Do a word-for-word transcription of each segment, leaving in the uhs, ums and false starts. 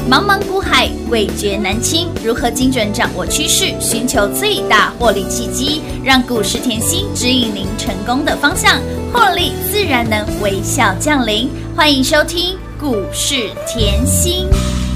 茫茫股海，味觉难清。如何精准掌握趋势，寻求最大获利契机，让股市甜心指引您成功的方向，获利自然能微笑降临。欢迎收听股市甜心。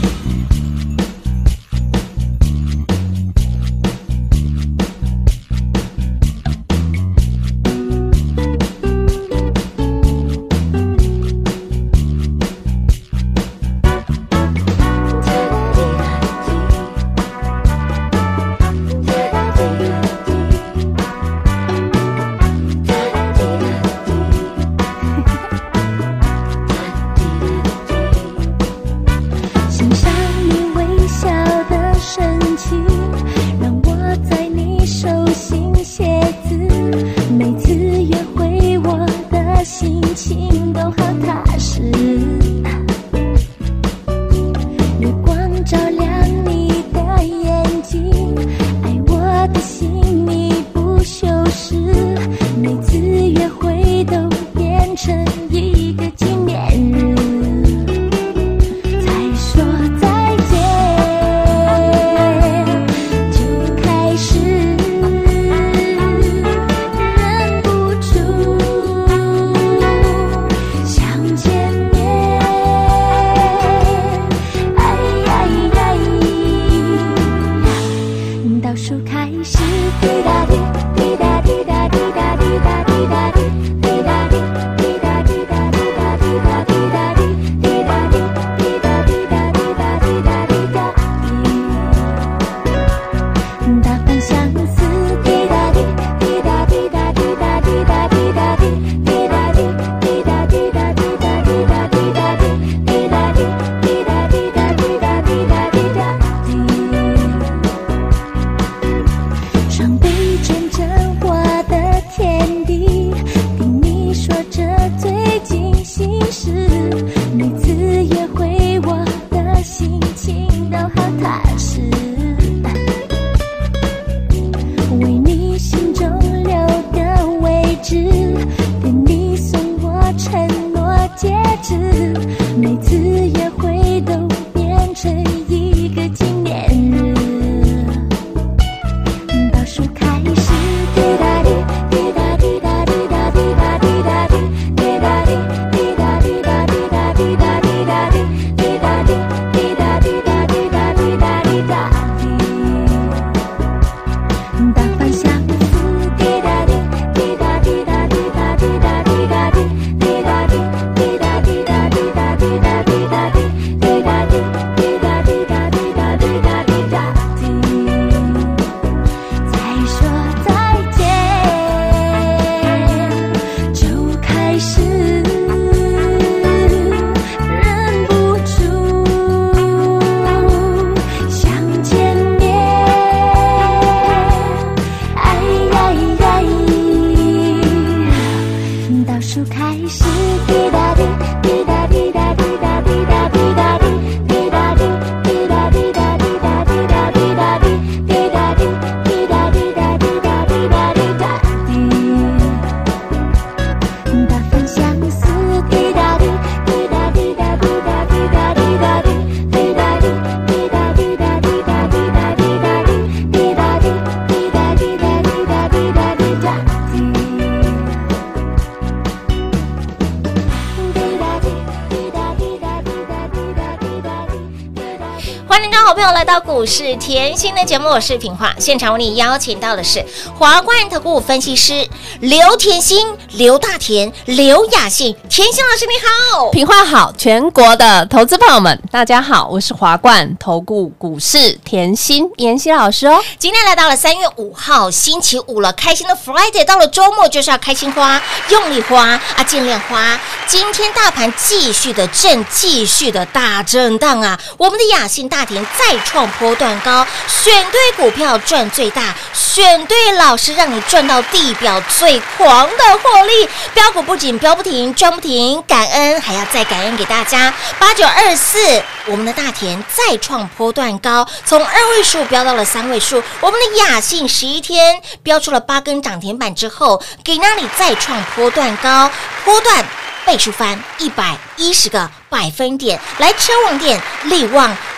股市甜心的节目，我是品化，现场为你邀请到的是华冠投顾分析师刘甜心、刘大甜、刘雅信，甜心老师你好， 品化好，全国的投资朋友们大家好，我是华冠投顾股市甜心妍希老师哦。 今天来到了三月五号星期五了，开心的 Friday， 到了周末就是要开心花、用力花啊、见恋花。今天大盘继续的震，继续的大震荡啊，我们的雅信大甜再创波段高，选对股票赚最大，选对老师让你赚到地表最狂的获利，标股不仅标不停，赚不停，感恩还要再感恩给大家。八九二四，我们的大甜再创波段高，从二位数飙到了三位数。我们的雅信十一天飙出了八根涨停板之后，给那里再创波段高，波段倍数翻一百一十个百分点，来车王店、力旺、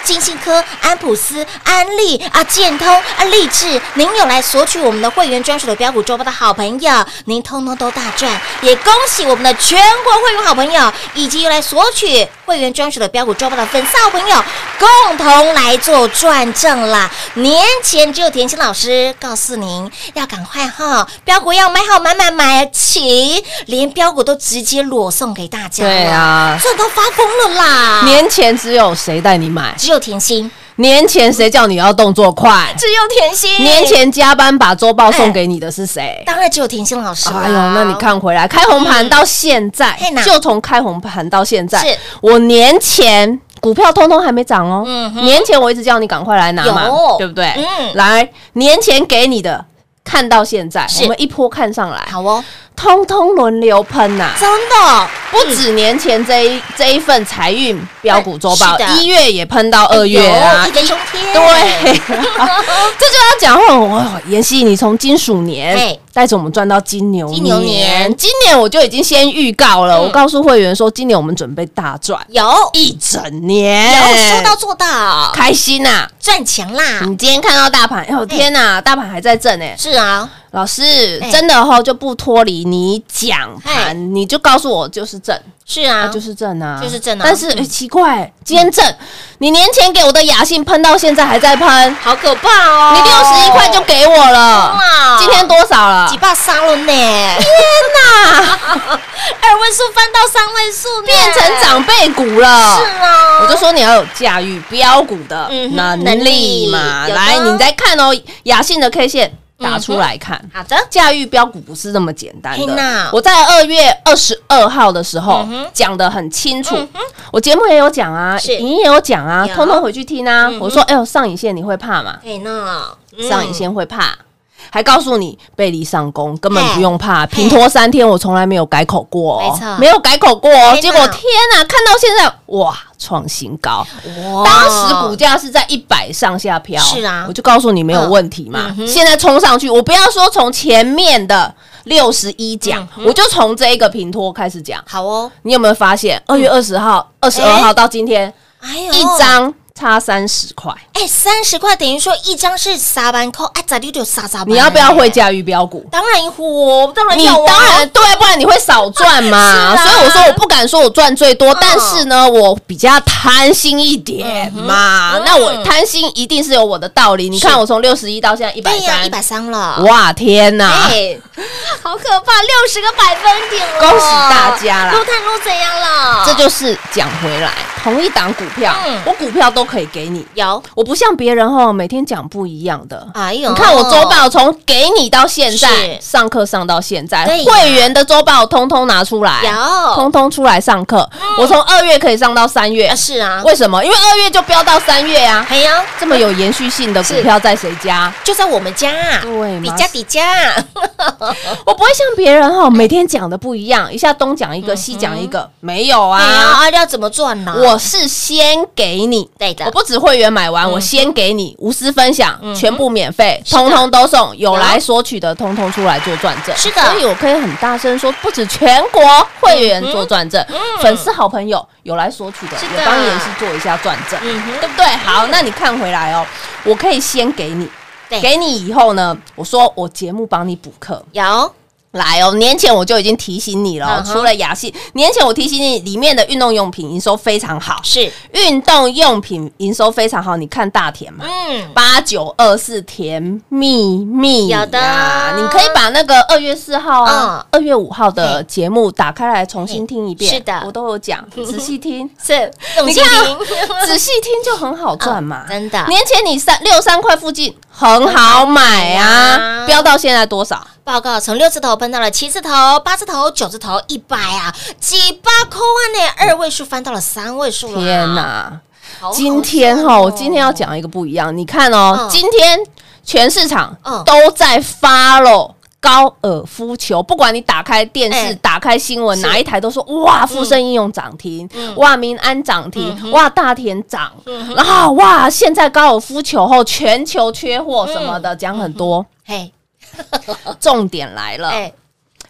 金信科、安普斯、安利啊、建通啊、励志，您有来索取我们的会员专属的标股周报的好朋友，您通通都大赚，也恭喜我们的全国会员好朋友，以及有来索取会员专属的标股周报的粉丝好朋友，共同来做转正啦！年前只有甜心老师告诉您要赶快哈，标股要买好买买买齐，连标股都直接裸送给大家了。 对啊， 赚到发疯了啦！ 年前只有谁带你买？ 只有甜心， 年前谁叫你要动作快？ 只有甜心。 年前加班把周报送给你的是谁？ 当然只有甜心老师啦。 哎呦，那你看回来，开红盘到现在， 嗯、 就从开红盘到现在， 是我年前股票通通还没涨哦。 嗯、 年前我一直叫你赶快来拿嘛，对不对？嗯，来，年前给你的，看到现在，我们一波看上来， 好哦。 通通轮流喷呐、啊， 真的不止年前这一、嗯、这一份财运标股周报，一月也喷到二月啊， 一飞冲天。 对，这就要讲哦，妍希，你从金鼠年带着我们赚到金牛金牛年， 今年我就已经先预告了，嗯、我告诉会员说，今年我们准备大赚， 有一整年， 有说到做到， 开心呐、啊， 赚钱啦！ 你今天看到大盘，哎呦天哪，大盘还在震哎， 是啊。 老师，真的哈、哦、就不脱离你讲盘，你就告诉我就是正， 是啊， 啊就是正啊， 就是正啊。 但是、欸、奇怪，今天正，你年前给我的雅信喷到现在还在喷， 好可怕哦！ 你六十一块就给我了，哇！今天多少了？ 几百三了呢！天哪， 二位数翻到三位数， 变成长辈股了。 是啊， 我就说你要有驾驭标股的能力嘛。嗯、来，你再看哦，雅信的 K 线。打出来看， 嗯、好的， 驾驭标股不是那么简单的。 我在二月二十二号的时候讲得很清楚，嗯、我节目也有讲啊，影音也有讲啊，通通回去听啊。嗯、我说，哎呦，上影线你会怕吗？ 哎那、 嗯、上影线会怕。还告诉你背离上攻，根本不用怕。平拖三天，我从来没有改口过、哦， 没错， 没有改口过、哦。结果天哪，看到现在哇，创新高！哇，当时股价是在一百上下飘， 是啊， 我就告诉你没有问题嘛。嗯、现在冲上去，我不要说从前面的六十一讲，嗯、我就从这一个平拖开始讲。 好哦， 你有没有发现二月二十号、二十二号到今天， 哎呦， 一张。差三十块， 哎，三十块等于说一张是三万块，哎，咋就就三十万？ 你要不要会驾驭标股？ 当然会，当然你要、啊， 当然对，不然你会少赚嘛。啊、所以我说我不敢说我赚最多，嗯、但是呢，我比较贪心一点嘛。嗯、那我贪心一定是有我的道理。你看我从六十一到现在一百三， 一百三了， 哇天哪！ 哎，好可怕，六十个百分点了， 恭喜大家啦！ 陆探路怎样了？ 这就是讲回来，同一档股票，嗯、我股票都可以给。给你有， 我不像别人哈，每天讲不一样的。 哎呦， 你看我周报从给你到现在上课上到现在，会员的周报通通拿出来， 有， 通通出来上课。嗯、我从二月可以上到三月， 啊是啊， 为什么？因为二月就飙到三月啊。 哎呀， 这么有延续性的股票在谁家？ 就在我们家。 对， 底家底家。 我不会像别人哈，每天讲的不一样，一下东讲一个，西讲一个，没有啊。 啊，要怎么赚呢？ 我是先给你， 对的， 我不止会员买完，我先给你无私分享，全部免费，通通都送，有来索取的，通通出来做转正。 是的， 所以我可以很大声说，不止全国会员做转正，粉丝好朋友有来索取的，也帮妍希做一下转正，对不对？好，那你看回来哦，我可以先给你，给你以后呢，我说我节目帮你补课， 有。 来哦，年前我就已经提醒你了、哦， uh-huh. 除了雅信，年前我提醒你，里面的运动用品营收非常好， 是运动用品营收非常好。你看大田嘛，嗯，八九二四甜蜜蜜， 有的， 你可以把那个二月四号啊，二、嗯、月五号的节目打开来重新听一遍， 是的， 我都有讲，仔细听， 是， 你看、啊，仔细听就很好赚嘛、 哦，真的。 年前你三六三块附近很好买啊，飙到现在多少？ 报告从六字头奔到了七字头、八字头、九字头，一百啊，几百块万呢，二位数翻到了三位数了。 天哪！今天哈、哦，我今天要讲一个不一样。你看哦，嗯、今天全市场都在follow高尔夫球，不管你打开电视、欸、打开新闻，哪一台都说哇，富盛应用涨停、嗯，哇，民安涨停、嗯，哇，大田涨、嗯，然后哇，现在高尔夫球后全球缺货什么的，讲、嗯、很多，嘿。重点来了，欸、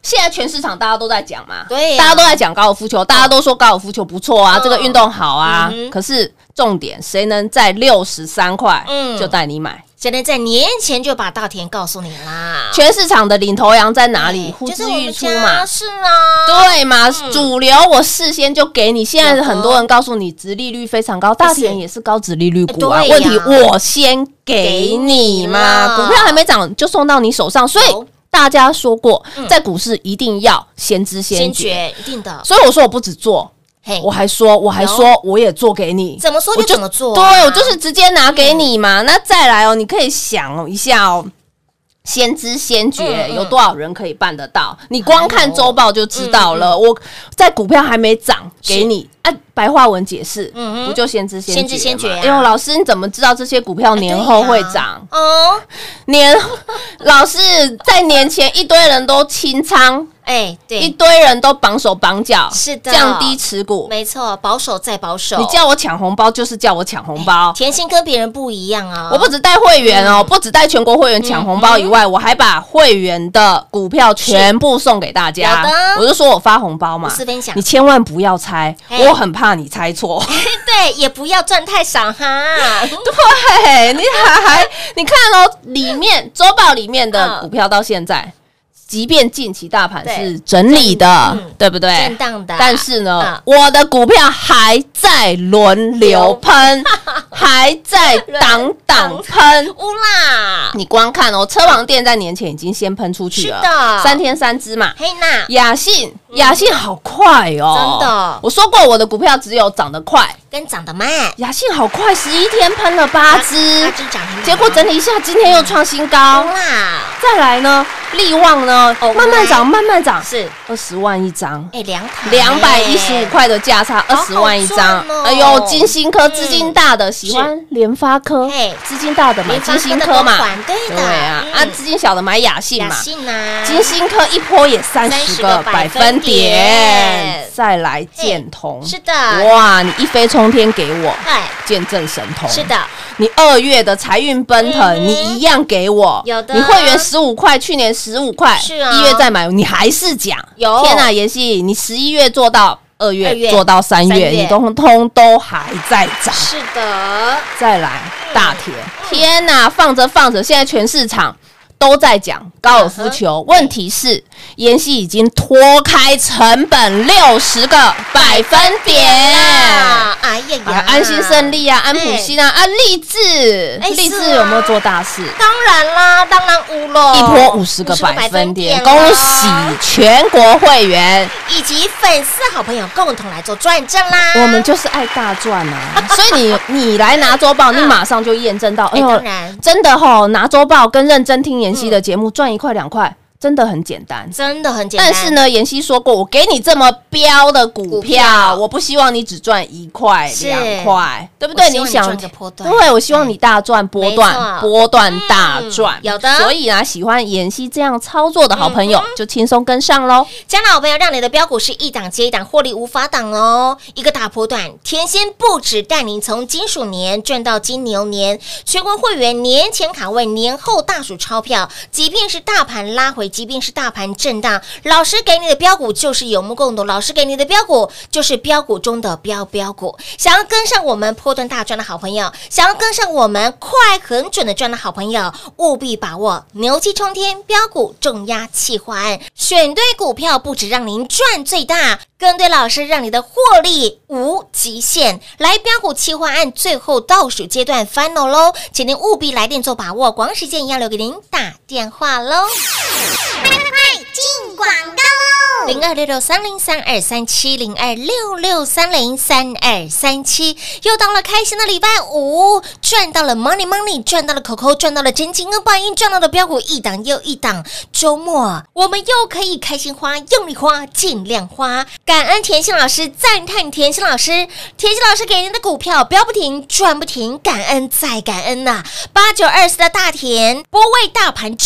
现在全市场大家都在讲嘛， 对、啊， 大家都在讲高尔夫球，大家都说高尔夫球不错啊，哦、这个运动好啊。嗯、可是重点，谁能在六十三块就带你买？ 谁能在年前就把大田告诉你啦？ 全市场的领头羊在哪里？呼之欲出嘛， 是啊， 对嘛、嗯？主流我事先就给你，现在很多人告诉你，殖利率非常高，大田也是高殖利率股啊。问题我先给你嘛，股票还没涨就送到你手上，所以。大家说过，在股市一定要先知先觉， 一定的。 所以我说我不只做，我还说，我还说我也做给你， 怎么说就怎么做、啊。 对，我就是直接拿给你嘛。嗯、那再来哦，你可以想一下哦。先知先觉，有多少人可以办得到？嗯嗯、你光看周报就知道了。嗯嗯、我在股票还没涨，给你啊，白话文解释，嗯、不就先知先觉？先知先觉、啊。哎呦，老师，你怎么知道这些股票年后会涨？啊、哦，年老师在年前一堆人都清仓。哎，对，一堆人都绑手绑脚， 是的， 降低持股， 没错，保守再保守。 你叫我抢红包，就是叫我抢红包。 甜心跟别人不一样啊， 我不只带会员哦，嗯、不只带全国会员抢红包以外，嗯、我还把会员的股票全部送给大家。我就说我发红包嘛， 无私分享， 你千万不要猜，我很怕你猜错。 对，也不要赚太少哈。 对，你还还你看哦，里面周报里面的股票到现在。即便近期大盘是整理的，嗯、对不对？ 震荡的， 但是呢，啊、我的股票还在轮流喷，还在档档喷， 乌啦！ 你光看哦，车王店在年前已经先喷出去了， 是的， 三天三只嘛。 嘿娜， 雅信，雅信好快哦， 真的。 我说过我的股票只有涨得快跟涨得慢， 雅信好快，十一天喷了八只， 八只涨停， 结果整理一下，今天又创新高啦。 再来呢，力旺呢？哦、慢慢涨，慢慢涨， 是二十万一张， 哎，两两百一十五块的价差，二十万一张。 哦、 哎呦，金星科资金大的、嗯、喜欢联发科，资金大的买金星科嘛， 对的， 对啊，嗯、啊，资金小的买雅信嘛， 雅信啊， 金星科一波也三十个百分点，再来建通， 是的， 哇，你一飞冲天给我，见证神通， 是的， 你二月的财运奔腾，嗯、你一样给我， 有的， 你会员十五块，去年十五块， 是啊。 一月再买，你还是讲有天哪，妍希，你十一月做到二月， 二月做到三月，月你通通都还在涨。 是的， 再来大田，嗯、天哪，放着放着，现在全市场都在讲高尔夫球，问题是妍希已经脱开成本六十个百分点。 哎呀呀， 安心胜利啊，安普新啊，啊，励志，励志有没有做大事？ 当然啦，当然有了， 一波五十个百分点，恭喜全国会员以及粉丝好朋友共同来做转正啦。 我们就是爱大赚啊，所以你你来拿周报，你马上就验证到， 哎呦，当然真的吼，拿周报跟认真听妍希的节目赚一块两块。真的很简单， 真的很简单。 但是呢，妍希说过，我给你这么标的股票，我不希望你只赚一块两块，对不对？你想，对，我希望你大赚波段，波段大赚。 有的， 所以呢，喜欢妍希这样操作的好朋友，就轻松跟上喽。 这样的好朋友，让你的标股是一档接一档，获利无法挡哦。一个大波段，甜心不止带您从金鼠年赚到金牛年，全国会员年前卡位，年后大数钞票，即便是大盘拉回。即便是大盘震荡，老师给你的标股就是有目共睹，老师给你的标股就是标股中的标标股。想要跟上我们波段大赚的好朋友，想要跟上我们快很准的赚的好朋友，务必把握牛气冲天标股重压企划案，选对股票不止让您赚最大，跟对老师让你的获利无极限。来标股企划案最后倒数阶段 final 咯，请您务必来电做把握，光时间一样留给您打电话咯。快快快进广告喽！零二六六三零三二三七零二六六三零三二三七，又到了开心的礼拜五，赚到了 money money， 赚到了口口，赚到了真金跟白银，赚到了标股一档又一档。周末我们又可以开心花，用力花，尽量花。感恩甜心老师，赞叹甜心老师，甜心老师给您的股票标不停，赚不停，感恩再感恩呐、啊！八九二四的大田，波位大盘正，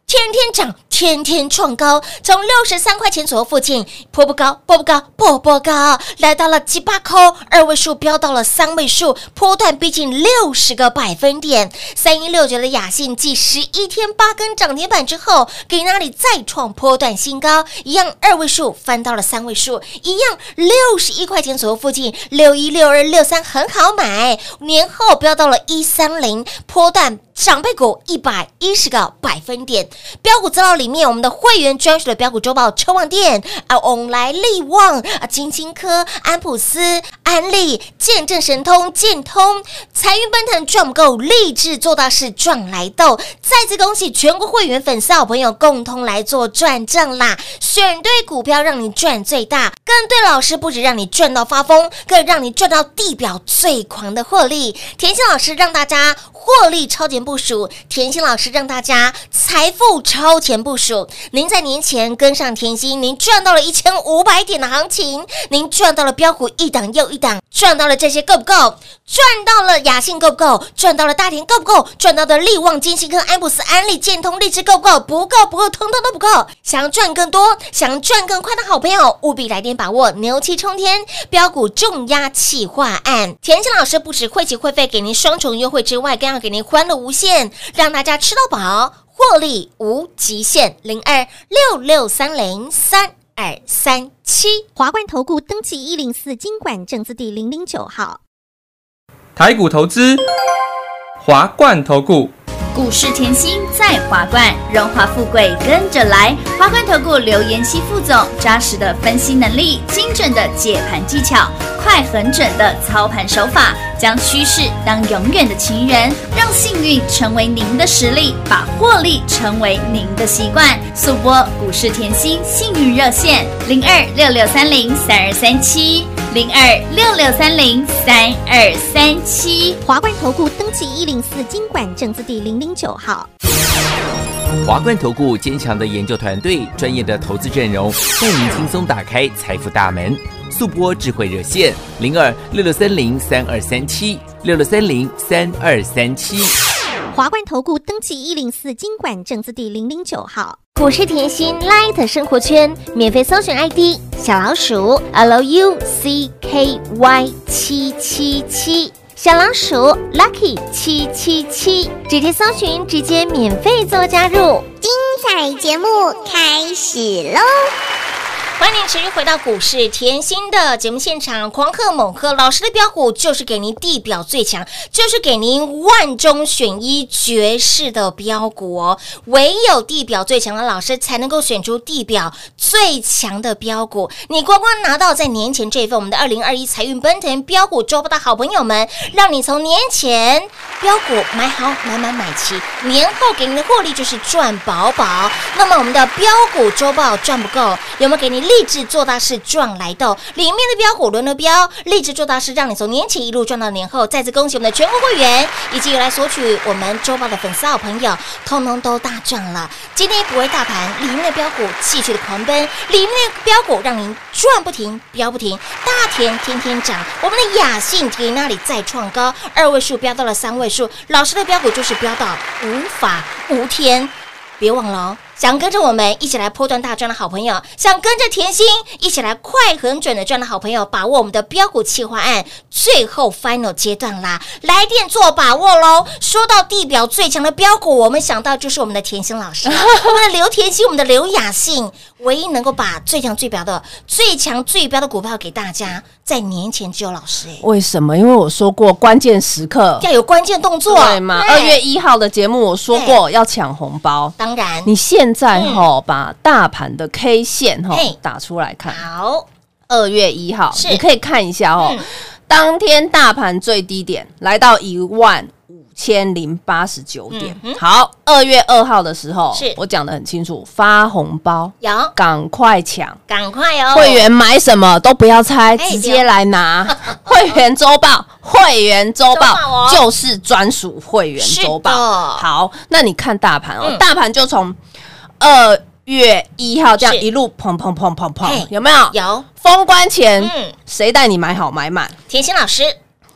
天天涨，天天创高，从六十三块钱左右附近，波波高，波波高，波波高，来到了七八扣，二位数飙到了三位数，波段逼近六十个百分点。三一六九的雅信继十一天八根涨停板之后，给那里再创波段新高，一样二位数翻到了三位数，一样六十一块钱左右附近，六一六二六三很好买，年后飙到了一三零，波段长辈股一百一十个百分点。标股资料里面，我们的会员专属的标股周报，车旺店啊，翁来利旺啊，金星科、安普斯、安利、见证神通、建通、财运奔腾赚不够，立志做大事赚来斗。再次恭喜全国会员粉丝好朋友共同来做转正啦！选对股票让你赚最大，跟对老师不止让你赚到发疯，更让你赚到地表最狂的获利。甜心老师让大家获利超前部署，甜心老师让大家财富超前部署。您在年前跟上甜心，您赚到了一千五百点的行情，您赚到了标股一档又一档，赚到了这些够不够？赚到了雅信够不够？赚到了大田够不够？赚到的力旺、金星科、安普斯、安利、建通、励志够不够？不够，不够，通通都不够。想赚更多，想赚更快的好朋友，务必来电把握牛气冲天标股重压企划案。甜心老师不止会期会费给您双重优惠之外，更要给您欢乐无限，让大家吃到饱，获利无极限。零二六六三零三二三七， 华冠投顾登记一零四金管证字第零零九号。 台股投资，华冠投顾。 股市甜心在华冠，荣华富贵跟着来。华冠投顾刘妍希副总，扎实的分析能力，精准的解盘技巧，快狠准的操盘手法，将趋势当永远的情人，让幸运成为您的实力，把获利成为您的习惯。速播股市甜心幸运热线零二六六三零三二三七零二六六三零三二三七。 华冠投顾登记一零四金管证字第零零九号。 华冠投顾坚强的研究团队，专业的投资阵容，带您轻松打开财富大门。速播智慧热线零二六六三零三二三七六六三零三二三七。 华冠投顾登记一零四金管证字第零零九号。 股市甜心 Light 生活圈免费搜寻 I D 小老鼠 L U C K Y 七七七，小老鼠 Lucky 七七七，直接搜寻，直接免费做加入。精彩节目开始喽！欢迎您持续回到股市甜心的节目现场，狂贺猛贺，老师的标股就是给您地表最强，就是给您万中选一绝世的标股哦。唯有地表最强的老师才能够选出地表最强的标股。你光光拿到在年前这一份我们的二零二一财运奔腾标股周报的好朋友们，让你从年前标股买好买满买齐，年后给您的获利就是赚饱饱。那么我们的标股周报赚不够，有没有给您立志做大事赚来斗？里面的标股轮流标，立志做大事，让你从年前一路赚到年后。再次恭喜我们的全国会员以及有来索取我们周报的粉丝好朋友，通通都大赚了。今天不会大盘，里面的标股继续的狂奔，里面的标股让您赚不停，标不停。大田天天涨，我们的雅信给那里再创高，二位数飙到了三位数，老师的标股就是飙到无法无天。别忘了哦，想跟着我们一起来波段大赚的好朋友，想跟着甜心一起来快很准的赚的好朋友，把握我们的标股企划案最后 final 阶段啦，来电做把握咯。说到地表最强的标股，我们想到就是我们的甜心老师，我们的刘甜心，我们的刘雅信，唯一能够把最强最标的最强最标的股票给大家，在年前只有老师。 为什么？因为我说过关键时刻要有关键动作， 对吗？二月一号的节目我说过要抢红包， 当然你现在齁、嗯、把大盘的 K 线齁打出来看。 好， 二月一号你可以看一下哦、嗯，当天大盘最低点来到一万五千零八十九点。嗯、好，二月二号的时候，我讲得很清楚，发红包， 有赶快抢， 赶快哦！ 会员买什么都不要猜，直接来拿。会员周报，会员周报、哦、就是专属会员周报。好，那你看大盘哦，嗯、大盘就从二月一号这样一路砰砰砰砰砰，有没有？ 有。 封关前，谁、嗯、带你买好买满？ 甜心老师。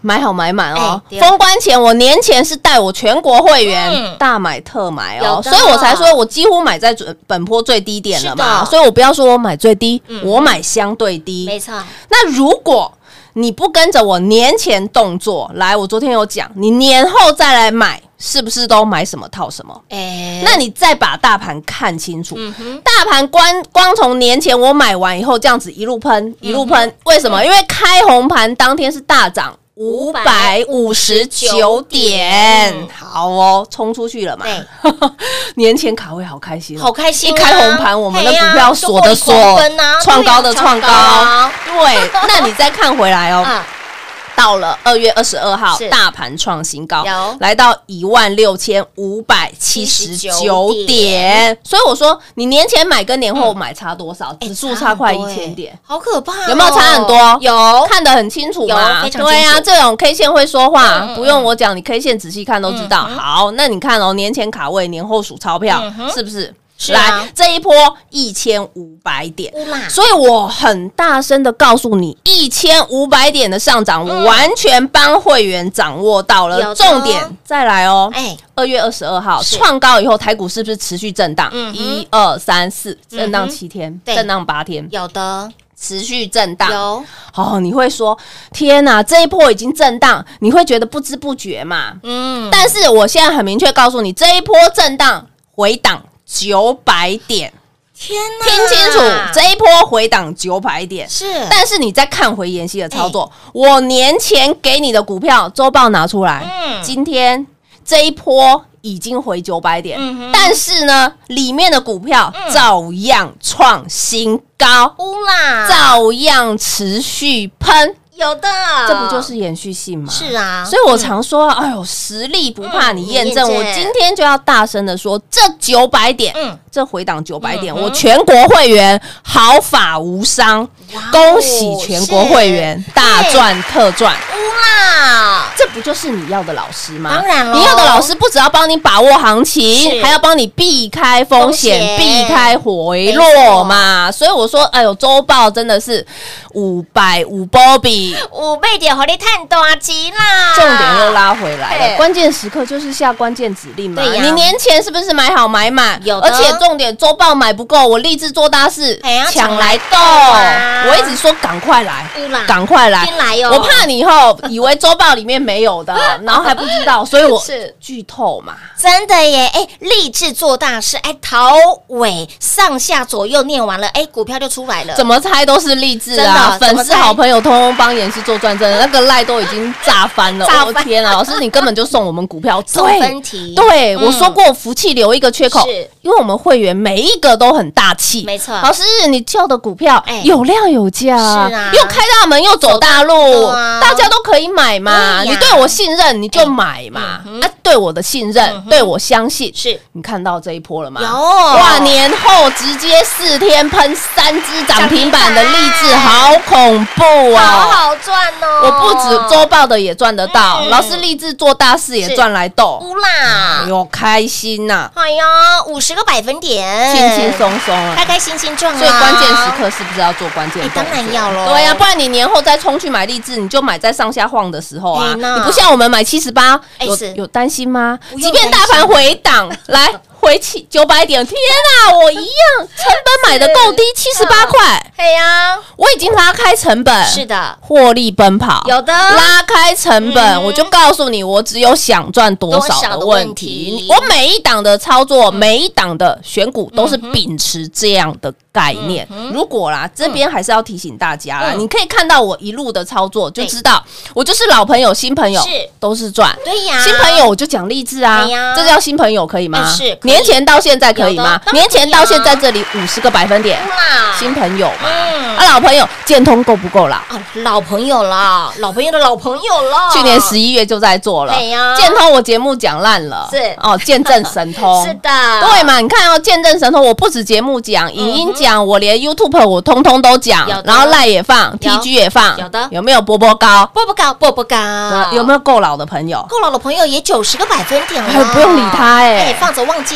买好买满哦， 哎封关前我年前是带我全国会员、 嗯、 大买特买哦， 所所以我才说我几乎买在本波最低点了嘛，所以我不要说我买最低、嗯，我买相对低， 没错。 那如果你不跟着我年前动作来，我昨天有讲，你年后再来买，是不是都买什么套什么？哎，那你再把大盘看清楚，嗯、大盘光光从年前我买完以后，这样子一路喷一路喷、嗯，为什么？因为开红盘当天是大涨五百五十九点，好哦，冲出去了嘛？年前卡位好开心、哦， 好开心、啊！ 一开红盘，我们的股票锁的锁，创、啊、高的创高，啊、对。那你再看回来哦。啊到了二月二十二号，大盘创新高，来到一万六千五百七十九点。所以我说，你年前买跟年后买差多少？嗯、指数差快一千点， 好可怕、哦！ 有没有差很多？ 有，看得很清楚嘛？ 非常清楚。 对啊，这种 K 线会说话，嗯、不用我讲，你 K 线仔细看都知道。嗯、好，那你看哦，年前卡位，年后数钞票，嗯、是不是？ 是啊、 来这一波一千五百点，所以我很大声的告诉你，一千五百点的上涨，我完全帮会员掌握到了。重点再来哦，哎，二月二十二号创高以后，台股是不是持续震荡？一二三四，震荡七天，震荡八天， 有的持续震荡。 有哦，你会说天哪，这一波已经震荡，你会觉得不知不觉嘛？嗯，但是我现在很明确告诉你，这一波震荡回档。九百点， 天哪！ 听清楚，这一波回档九百点是， 但是你再看回妍希的操作，欸、我年前给你的股票周报拿出来，嗯，今天这一波已经回九百点、嗯，但是呢，里面的股票照样创新高， 乌、嗯、啦， 照样持续喷。 有的， 这不就是延续性吗？ 是啊， 所以我常说，嗯、哎呦，实力不怕你验证、嗯。我今天就要大声的说，这九百点，嗯，这回档九百点、嗯，我全国会员毫发无伤，恭喜全国会员大赚特赚。哇，这不就是你要的老师吗？ 当然了， 你要的老师不只要帮你把握行情，还要帮你避开风险、避开回落嘛。所以我说，哎呦，周报真的是五百五波比。 五倍点和你探大吉啦， 重点又拉回来了，关键时刻就是下关键指令嘛。你年前是不是买好买满？ 有， 而且重点周报买不够，我立志做大事，抢来斗、啊。我一直说赶快来，赶快来， 来哦！ 我怕你以后以为周报里面没有的，然后还不知道，所以我是剧透嘛。 真的耶，哎，立志做大事，哎，头尾上下左右念完了，哎，股票就出来了。 怎么猜都是励志啊！粉丝好朋友通通帮妍希做转正，那个赖都已经炸翻了。我、哦、天啊，老师你根本就送我们股票送分题。 对、嗯、我说过，福气留一个缺口，因为我们会员每一个都很大气。 没错， 老师你叫的股票、欸、有量有价， 是啊， 又开大门又走大路，啊、大家都可以买嘛。你对我信任，你就买嘛。欸嗯、啊，对我的信任，嗯、对我相信，是你看到这一波了吗？ 有哇，年后直接四天喷三只涨停板的励志，好恐怖啊！ 好好赚哦！ 我不止周报的也赚得到，嗯、老师励志做大事也赚来斗， 乌啦！ 哎呦，开心呐、啊！ 哎呀，五十个百分点， 轻轻松松啊， 开开心心赚啊！ 所以关键时刻是不是要做关键？ 当然要喽！ 对呀、啊，不然你年后再冲去买励志，你就买在上下晃的时候啊！你不像我们买七十八，有有担心吗？即便大盘回档来。回起九百点，天啊，我一样成本买的够低，七十八块。 对呀，我已经拉开成本， 是的， 获利奔跑， 有的拉开成本，嗯、我就告诉你，我只有想赚多少的问题。我每一档的操作，嗯、每一档的选股都是秉持这样的概念。嗯、如果啦，这边还是要提醒大家啦，嗯、你可以看到我一路的操作，就知道我就是老朋友、新朋友都是赚。 对呀， 新朋友我就讲励志啊，这叫新朋友可以吗？ 是。 年前到现在可以吗？年前到现在这里五十个百分点，新朋友嘛，嗯、啊，老朋友建通够不够啦？ 啊，老朋友啦，老朋友的老朋友了。 去年十一月就在做了，建通我节目讲烂了， 是哦，见证神通， 是的， 对嘛？你看哦，见证神通，我不止节目讲，影音讲，我连 YouTube 我通通都讲，然后赖也放 ，T G 也放， 有的， 有没有波波高？ 波波高，波波高， 有没有够老的朋友？ 够老的朋友也九十个百分点了， 不用理他哎， 放着忘记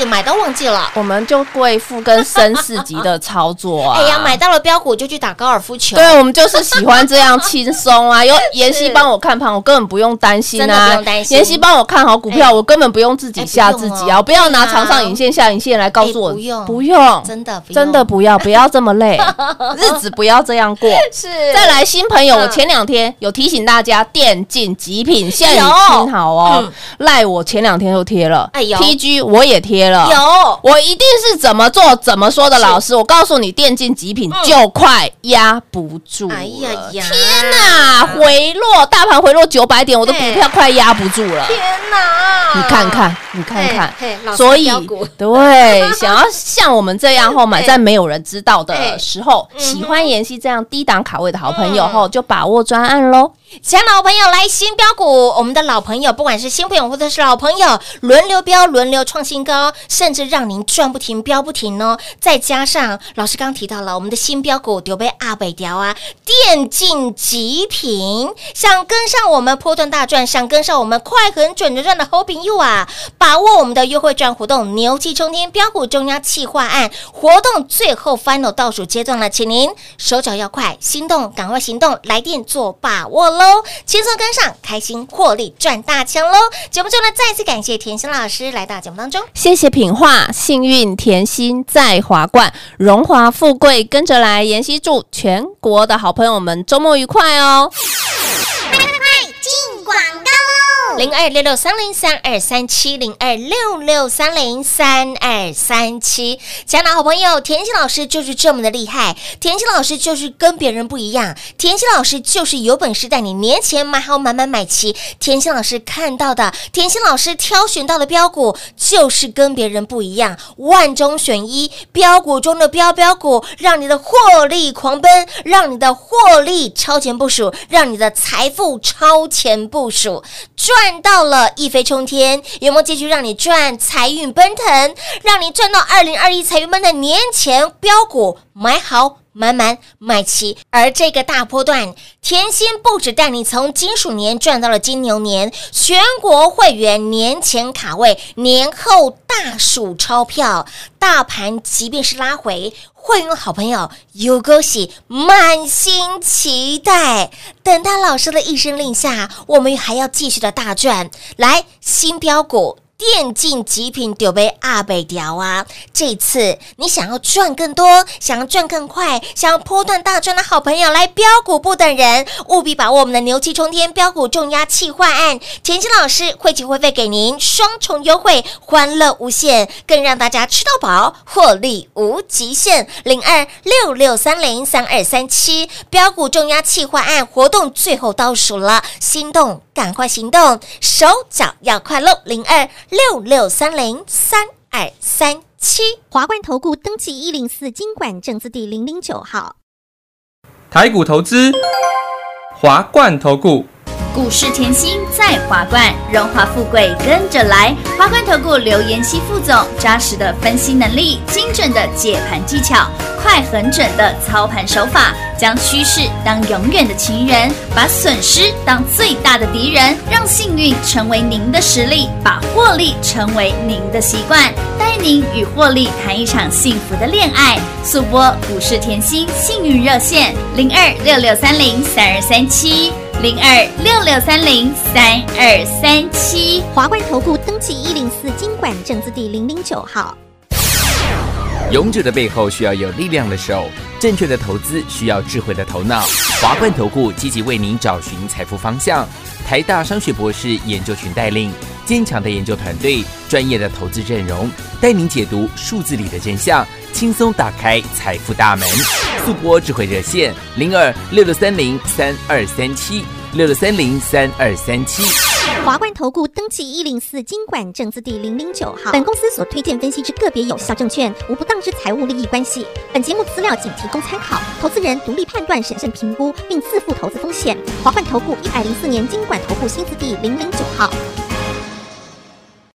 买都忘记了。 我们就贵妇跟绅士级的操作啊！ 哎呀，买到了标股就去打高尔夫球。 对，我们就是喜欢这样轻松啊！有妍希帮我看盘，我根本不用担心啊！ 真的不用担心。 妍希帮我看好股票，我根本不用自己吓自己啊！不要拿长上影线、下影线来告诉我， 不用， 不用， 真的不用， 真的不要，不要这么累，日子不要这样过。 是， 再来新朋友，我前两天有提醒大家电竞极品，现在你听好哦，赖我前两天就贴了， 哎呦 T G 我也贴了， 有， 我一定是怎么做怎么说的老师，我告诉你，电竞极品就快压不住了。 哎呀呀， 天哪，回落，大盘回落九百点，我的股票快压不住了。 天哪， 你看看，你看看嘿嘿， 所以老师标股对，想要像我们这样后买在没有人知道的时候， 嗯喜欢妍希这样低档卡位的好朋友后，就把握专案喽。 亲爱的老朋友，来新标股，我们的老朋友，不管是新朋友或者是老朋友，轮流标，轮流创新高，甚至让您赚不停、标不停哦。再加上老师刚提到了我们的新标股，丢杯阿北条啊，电竞极品，想跟上我们波段大赚，想跟上我们快很准的赚的好朋友啊，把握我们的优惠券活动，牛气冲天标股中央企划案活动最后 final 倒数阶段了，请您手脚要快，心动赶快行动，来电做把握喽！轻松跟上，开心获利赚大枪喽！节目中呢，再次感谢甜心老师来到节目当中， 谢谢品画，幸运甜心在华冠，荣华富贵跟着来。妍希祝全国的好朋友们周末愉快哦！ 进广告喽！ 零二六六三零三二三七零二六六三零三二三七，亲爱的好朋友，甜心老师就是这么的厉害，甜心老师就是跟别人不一样，甜心老师就是有本事带你年前买好买买买齐，甜心老师看到的，甜心老师挑选到的标股就是跟别人不一样，万中选一，标股中的标标股，让你的获利狂奔，让你的获利超前部署，让你的财富超前部署，赚到了一飞冲天，有没有继续让你赚财运奔腾，让你赚到二零二一财运奔腾年前标股买好满满买齐？而这个大波段，甜心不止带你从金属年赚到了金牛年，全国会员年前卡位，年后大数钞票，大盘即便是拉回，会员好朋友有恭喜，满心期待，等待老师的一声令下，我们还要继续的大赚。来，新标股电竞极品丢杯阿北条啊！这次你想要赚更多，想要赚更快，想要波段大赚的好朋友，来标股不等人，务必把握我们的牛气冲天标股重压企划案，甜心老师会期会费给您双重优惠，欢乐无限，更让大家吃到饱，获利无极限。零二六六三零三二三七标股重压企划案活动最后倒数了，心动赶快行动，手脚要快喽！零二六六三零三二三七， 华冠投顾登记一零四金管证字第零零九号， 台股投资，华冠投顾。 股市甜心在华冠，荣华富贵跟着来。华冠投顾刘妍希副总，扎实的分析能力，精准的解盘技巧，快很准的操盘手法，将趋势当永远的情人，把损失当最大的敌人，让幸运成为您的实力，把获利成为您的习惯，带您与获利谈一场幸福的恋爱。速播股市甜心幸运热线零二六六三零三二三七。零二六六三零三二三七， 华冠投顾登记一零四金管证字第零零九号。 勇者的背后需要有力量的手，正确的投资需要智慧的头脑。华冠投顾积极为您找寻财富方向，台大商学博士研究群带领，坚强的研究团队，专业的投资阵容，带您解读数字里的真相，轻松打开财富大门。速播智慧热线零二六六三零三二三七六六三零三二三七。 华冠投顾登记一零四金管证字第零零九号。本公司所推荐分析之个别有效证券，无不当之财务利益关系。本节目资料仅提供参考，投资人独立判断、审慎评估，并自负投资风险。华冠投顾一百零四年金管投顾新字第零零九号。